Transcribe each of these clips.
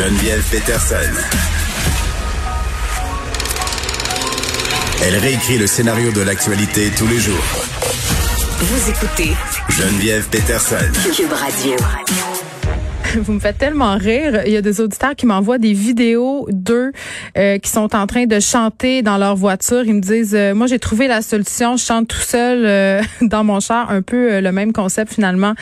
Geneviève Peterson. Elle réécrit le scénario de l'actualité tous les jours. Vous écoutez Geneviève Peterson. Cube Radio. Vous me faites tellement rire. Il y a des auditeurs qui m'envoient des vidéos d'eux qui sont en train de chanter dans leur voiture. Ils me disent, moi j'ai trouvé la solution, je chante tout seul dans mon char, un peu le même concept finalement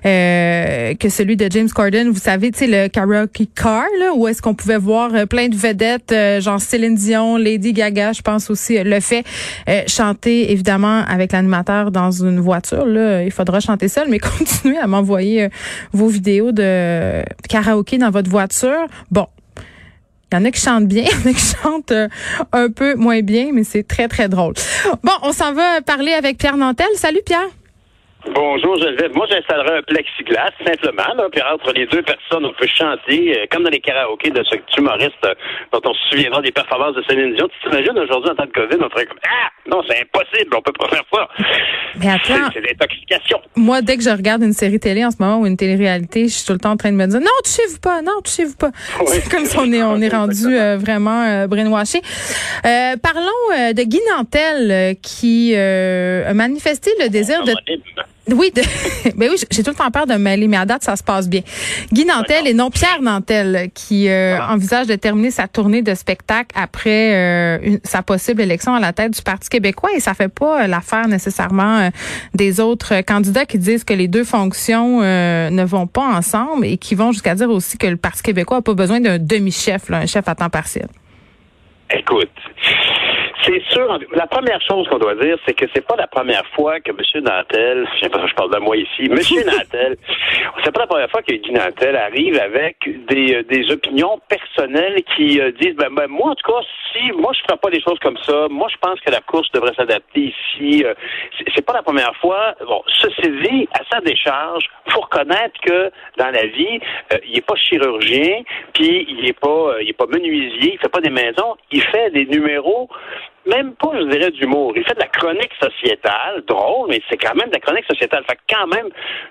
que celui de James Corden. Vous savez, tu sais, le karaoke car, là, où est-ce qu'on pouvait voir plein de vedettes, genre Céline Dion, Lady Gaga, je pense aussi, le fait chanter évidemment avec l'animateur dans une voiture. Là, il faudra chanter seul, mais continuez à m'envoyer vos vidéos de karaoké dans votre voiture. Bon, il y en a qui chantent bien, il y en a qui chantent un peu moins bien, mais c'est très, très drôle. Bon, on s'en va parler avec Pierre Nantel. Salut, Pierre. Bonjour Geneviève. Moi, j'installerais un plexiglas, simplement, là, puis entre les deux personnes, on peut chanter, comme dans les karaokés de ce humoriste dont on se souviendra des performances de Céline Dion. Tu t'imagines aujourd'hui, en temps de COVID, on ferait comme « Ah! Non, c'est impossible, on peut pas faire ça! » Mais attends. C'est l'intoxication. Moi, dès que je regarde une série télé en ce moment ou une télé-réalité, je suis tout le temps en train de me dire « Non, touchez-vous pas! Non, touchez-vous pas! » Oui. C'est comme si on est rendu vraiment brainwashé. Parlons de Guy Nantel qui a manifesté le désir de... Oui, ben oui, j'ai tout le temps peur de me mêler, mais à date, ça se passe bien. Guy Nantel et non Pierre Nantel qui envisage de terminer sa tournée de spectacle après sa possible élection à la tête du Parti québécois, et ça fait pas l'affaire nécessairement des autres candidats qui disent que les deux fonctions ne vont pas ensemble et qui vont jusqu'à dire aussi que le Parti québécois a pas besoin d'un demi-chef, là, un chef à temps partiel. Écoute, c'est sûr, la première chose qu'on doit dire, c'est que c'est pas la première fois que M. Nantel, je sais pas si je parle de moi ici, M. Nantel, c'est pas la première fois que Guy Nantel arrive avec des opinions personnelles qui disent, ben, moi, en tout cas, si, moi, je ferais pas des choses comme ça, moi, je pense que la course devrait s'adapter ici, c'est pas la première fois. Bon, ceci dit, à sa décharge, faut reconnaître que dans la vie, il est pas chirurgien, puis il est pas menuisier, il fait pas des maisons, il fait des numéros. Même pas, je dirais, d'humour. Il fait de la chronique sociétale, drôle, mais c'est quand même de la chronique sociétale. Fait que quand même,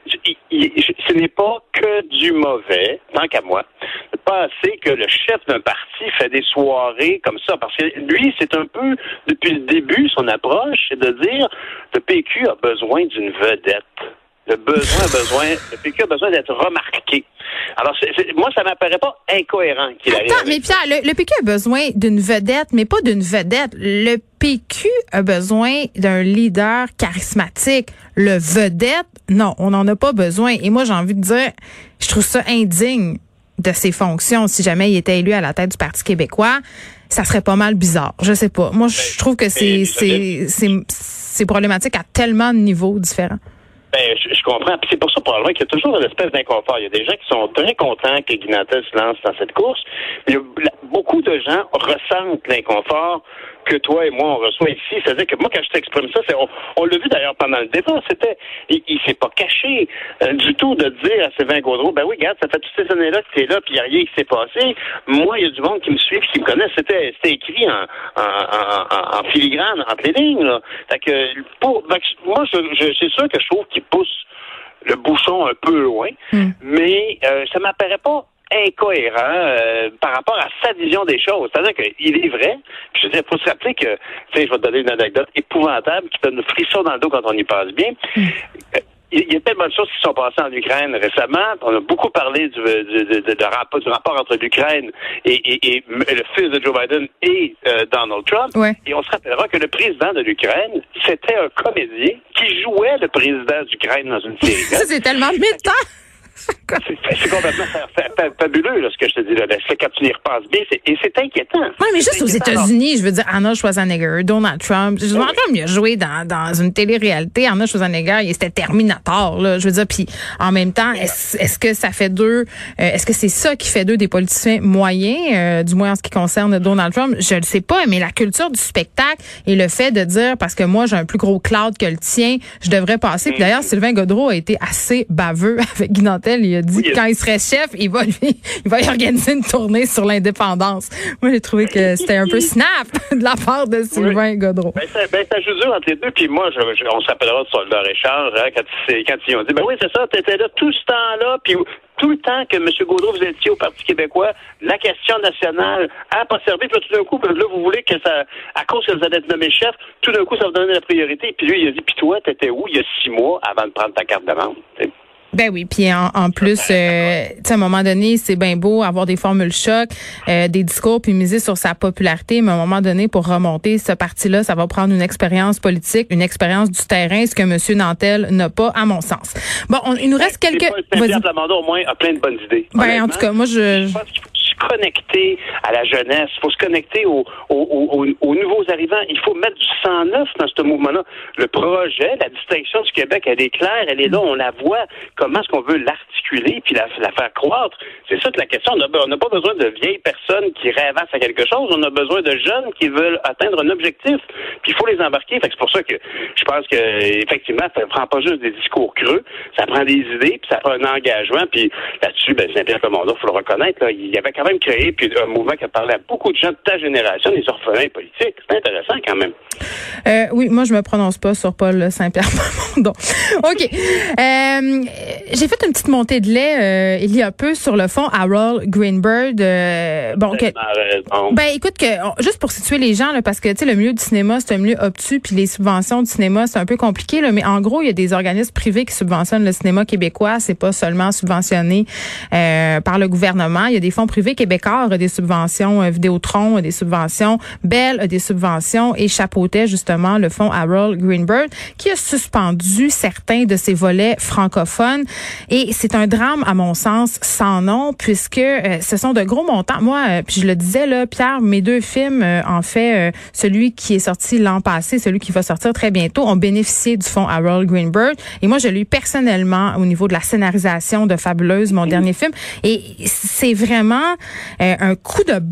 ce n'est pas que du mauvais, tant qu'à moi, de penser que le chef d'un parti fait des soirées comme ça. Parce que lui, c'est un peu, depuis le début, son approche, c'est de dire, le PQ a besoin d'une vedette. Le PQ a besoin d'être remarqué. Alors, moi, ça m'apparaît pas incohérent qu'il arrive. Attends, mais Pierre, le PQ a besoin d'une vedette, mais pas d'une vedette. Le PQ a besoin d'un leader charismatique. Le vedette, non, on n'en a pas besoin. Et moi, j'ai envie de dire, je trouve ça indigne de ses fonctions. Si jamais il était élu à la tête du Parti québécois, ça serait pas mal bizarre. Je sais pas. Moi, je trouve que c'est problématique à tellement de niveaux différents. Ben, je comprends. Puis c'est pour ça, probablement, qu'il y a toujours une espèce d'inconfort. Il y a des gens qui sont très contents que Guy Nantel se lance dans cette course. Mais beaucoup de gens ressentent l'inconfort que toi et moi, on reçoit ici. C'est-à-dire que moi, quand je t'exprime ça, on l'a vu d'ailleurs pendant le débat, il s'est pas caché du tout de dire à Sylvain Gaudreault, ben oui, regarde, ça fait toutes ces années-là que t'es là, puis il n'y a rien qui s'est passé. Moi, il y a du monde qui me suit, qui me connaît. C'était écrit en filigrane, entre les lignes, là. Fait que, moi, c'est sûr que je trouve qu'il pousse le bouchon un peu loin, mais ça m'apparaît pas incohérent par rapport à sa vision des choses. C'est-à-dire qu'il est vrai, je veux dire, il faut se rappeler que, tu sais, je vais te donner une anecdote épouvantable qui donne le frisson dans le dos quand on y passe bien. Il y a tellement de choses qui sont passées en Ukraine récemment. On a beaucoup parlé du rapport entre l'Ukraine et le fils de Joe Biden et Donald Trump. Ouais. Et on se rappellera que le président de l'Ukraine, c'était un comédien qui jouait le président d'Ukraine dans une série. Ça, c'est tellement militant! C'est complètement fabuleux, là, ce que je te dis là. Quand tu y repenses bien, c'est inquiétant. Oui, mais juste aux États-Unis, je veux dire, Arnold Schwarzenegger, Donald Trump. Donald Trump, il a joué dans une télé-réalité. Arnold Schwarzenegger, c'était Terminator, là. Je veux dire, puis en même temps, est-ce que ça fait d'eux, est-ce que c'est ça qui fait d'eux des politiciens moyens, du moins en ce qui concerne Donald Trump? Je le sais pas, mais la culture du spectacle et le fait de dire, parce que moi, j'ai un plus gros cloud que le tien, je devrais passer. Puis d'ailleurs, Sylvain Gaudreault a été assez baveux avec Guy Nantel. Il a dit que quand il serait chef, il va y organiser une tournée sur l'indépendance. Moi, j'ai trouvé que c'était un peu snap de la part de Sylvain Gaudreault. Ça joue dur entre les deux. Puis moi, on s'appellera sur leur échange, hein, quand ils ont dit, ben oui, c'est ça, t'étais là tout ce temps-là, puis tout le temps que M. Gaudreau, vous étiez au Parti québécois, la question nationale n'a pas servi. Puis là, tout d'un coup, là, vous voulez que ça, à cause que vous allez être nommé chef, tout d'un coup, ça vous donne la priorité. Puis lui, il a dit, puis toi, t'étais où il y a 6 mois avant de prendre ta carte de membre? Ben oui, puis en plus, tu sais, à un moment donné, c'est bien beau avoir des formules choc, des discours, puis miser sur sa popularité, mais à un moment donné, pour remonter ce parti-là, ça va prendre une expérience politique, une expérience du terrain, ce que M. Nantel n'a pas, à mon sens. Bon, il nous reste quelques... Pierre Plamondon, au moins, a plein de bonnes idées. Ben, en tout cas, moi, je pense qu'il faut se connecter à la jeunesse, il faut se connecter aux nouveaux arrivants, il faut mettre du sang neuf dans ce mouvement-là. Le projet, la distinction du Québec, elle est claire, elle est là, on la voit. Comment est-ce qu'on veut l'articuler puis la faire croître? C'est ça la question. On n'a pas besoin de vieilles personnes qui rêvassent à quelque chose. On a besoin de jeunes qui veulent atteindre un objectif. Puis il faut les embarquer. Fait que c'est pour ça que je pense que effectivement, ça ne prend pas juste des discours creux. Ça prend des idées, puis ça prend un engagement. Puis là-dessus, Saint-Pierre Plamondon, il faut le reconnaître, là, il avait quand même créé puis un mouvement qui a parlé à beaucoup de gens de ta génération, des orphelins politiques. C'est intéressant quand même. Oui, moi, je me prononce pas sur Paul Saint-Pierre Plamondon. OK. J'ai fait une petite montée de lait il y a peu sur le fond Harold Greenberg. Écoute, juste pour situer les gens, là, parce que tu sais, le milieu du cinéma, c'est un milieu obtus, puis les subventions du cinéma, c'est un peu compliqué, là, mais en gros, il y a des organismes privés qui subventionnent le cinéma québécois. C'est pas seulement subventionné par le gouvernement. Il y a des fonds privés. Québécois a des subventions, Vidéotron a des subventions, Bell a des subventions et chapeautait justement le fonds Harold Greenberg qui a suspendu certains de ses volets francophones. Et c'est un drame, à mon sens, sans nom, puisque ce sont de gros montants. Moi, puis je le disais, là, Pierre, mes 2 films, en fait, celui qui est sorti l'an passé, celui qui va sortir très bientôt, ont bénéficié du fonds Harold Greenberg. Et moi, je l'ai eu personnellement au niveau de la scénarisation de Fabuleuse, mon dernier film. Et c'est vraiment un coup de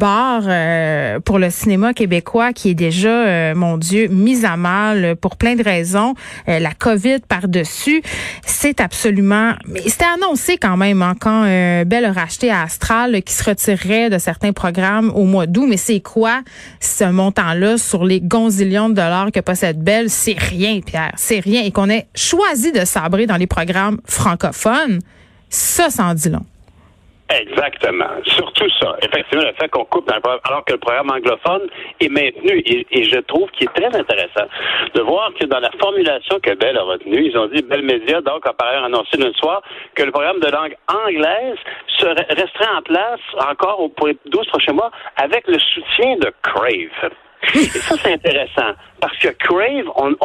barre pour le cinéma québécois qui est déjà, mon Dieu, mis à mal pour plein de raisons. La COVID par-dessus, c'est absolument... Mais c'était annoncé quand même quand Bell a racheté à Astral qui se retirerait de certains programmes au mois d'août. Mais c'est quoi ce montant-là sur les gonzillions de dollars que possède Bell? C'est rien, Pierre, c'est rien. Et qu'on ait choisi de sabrer dans les programmes francophones, ça en dit long. Exactement. Surtout ça. Effectivement, le fait qu'on coupe dans le programme, alors que le programme anglophone est maintenu. Et je trouve qu'il est très intéressant de voir que dans la formulation que Bell a retenue, ils ont dit, Bell Media, donc, a par ailleurs annoncé lundi soir que le programme de langue anglaise resterait en place encore pour les 12 prochains mois avec le soutien de Crave. Et ça, c'est intéressant. Parce que Crave,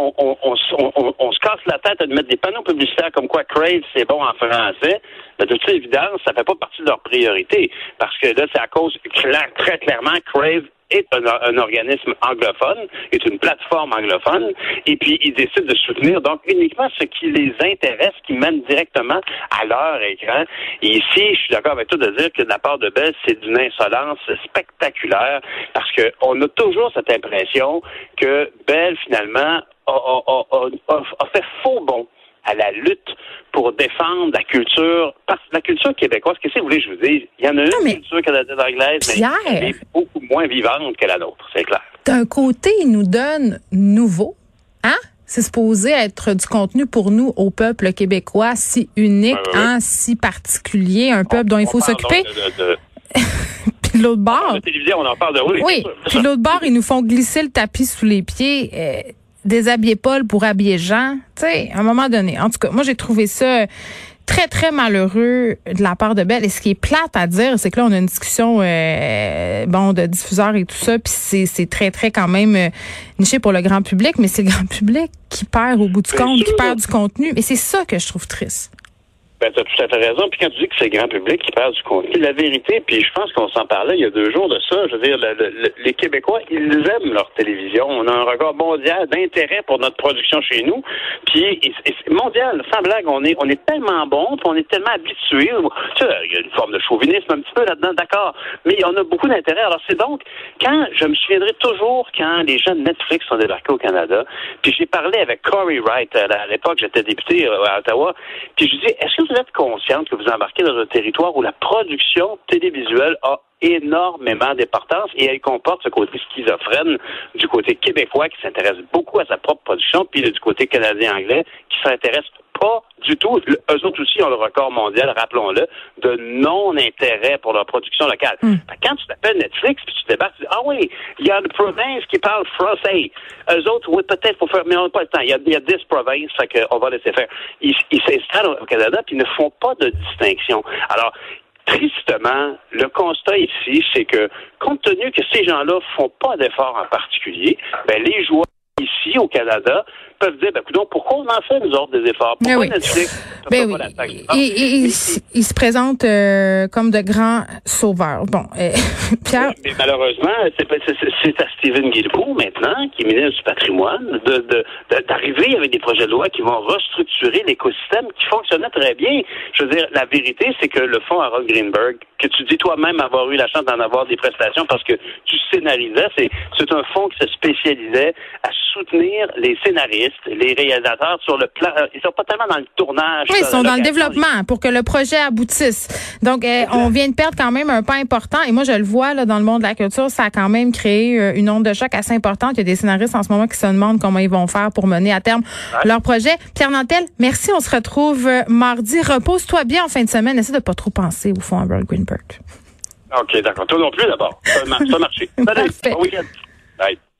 on se casse la tête à mettre des panneaux publicitaires comme quoi Crave, c'est bon en français. Mais de toute évidence, ça fait pas partie de leur priorité. Parce que là, c'est à cause, très clairement, Crave est un organisme anglophone, est une plateforme anglophone, et puis ils décident de soutenir donc uniquement ce qui les intéresse, qui mène directement à leur écran. Et ici, je suis d'accord avec toi de dire que de la part de Bell, c'est d'une insolence spectaculaire, parce que on a toujours cette impression que Bell, finalement, a fait faux bond à la lutte pour défendre la culture québécoise. Qu'est-ce que vous voulez que je vous dise? Il y en a une culture canadienne anglaise, mais elle est beaucoup moins vivante que la nôtre, c'est clair. D'un côté, il nous donne nouveau, hein? C'est supposé être du contenu pour nous, au peuple québécois, si unique, si particulier, un peuple dont il faut s'occuper. Puis de l'autre bord... La télévision, on en parle de... Oui, puis de l'autre bord, ils nous font glisser le tapis sous les pieds... déshabiller Paul pour habiller Jean, tu sais, à un moment donné. En tout cas, moi, j'ai trouvé ça très, très malheureux de la part de Bell. Et ce qui est plate à dire, c'est que là, on a une discussion, de diffuseurs et tout ça, puis c'est très, très quand même niché pour le grand public, mais c'est le grand public qui perd au bout du compte, qui perd du contenu. Et c'est ça que je trouve triste. Ben, tu as tout à fait raison. Puis quand tu dis que c'est le grand public qui perd du contenu, la vérité, puis je pense qu'on s'en parlait il y a 2 jours de ça, je veux dire, les Québécois, ils aiment leur télévision. On a un record mondial d'intérêt pour notre production chez nous. Puis, mondial, sans blague, on est tellement bon, puis on est tellement habitués. Tu sais, il y a une forme de chauvinisme un petit peu là-dedans, d'accord. Mais on a beaucoup d'intérêt. Alors, c'est donc, je me souviendrai toujours quand les gens de Netflix sont débarqués au Canada, puis j'ai parlé avec Corey Wright, à l'époque, j'étais député à Ottawa, puis je dis, est-ce que vous êtes consciente que vous embarquez dans un territoire où la production télévisuelle a énormément d'importance et elle comporte ce côté schizophrène du côté québécois qui s'intéresse beaucoup à sa propre production, puis du côté canadien-anglais qui s'intéresse pas du tout. Eux autres aussi ont le record mondial, rappelons-le, de non-intérêt pour leur production locale. Quand tu t'appelles Netflix, puis tu débarques, tu dis, ah oui, il y a une province qui parle français. Eux autres, oui, peut-être faut faire, mais on n'a pas le temps. Il y a 10 provinces, fait qu'on va laisser faire. Ils s'installent au Canada, puis ils ne font pas de distinction. Alors, tristement, le constat ici, c'est que, compte tenu que ces gens-là font pas d'efforts en particulier, ben, les joueurs ici, au Canada, peuvent dire, coudonc, pourquoi on en fait, nous autres, des efforts? Pourquoi Netflix oui. Il se présente comme de grands sauveurs. Bon, Pierre... Mais malheureusement, c'est à Stephen Guilbeault, maintenant, qui est ministre du patrimoine, d'arriver avec des projets de loi qui vont restructurer l'écosystème qui fonctionnait très bien. Je veux dire, la vérité, c'est que le fonds Harold Greenberg, que tu dis toi-même avoir eu la chance d'en avoir des prestations parce que tu scénarisais, c'est un fonds qui se spécialisait à soutenir les scénaristes, les réalisateurs sur le plan. Ils sont pas tellement dans le tournage. Oui, ils sont dans le développement pour que le projet aboutisse. Donc, on vient de perdre quand même un pas important. Et moi, je le vois là dans le monde de la culture, ça a quand même créé une onde de choc assez importante. Il y a des scénaristes en ce moment qui se demandent comment ils vont faire pour mener à terme leur projet. Pierre Nantel, merci. On se retrouve mardi. Repose-toi bien en fin de semaine. Essaie de pas trop penser au fond Harold Greenberg. OK, d'accord. Toi non plus, d'abord. Ça va marcher. Salut. Bon week-end. Bye.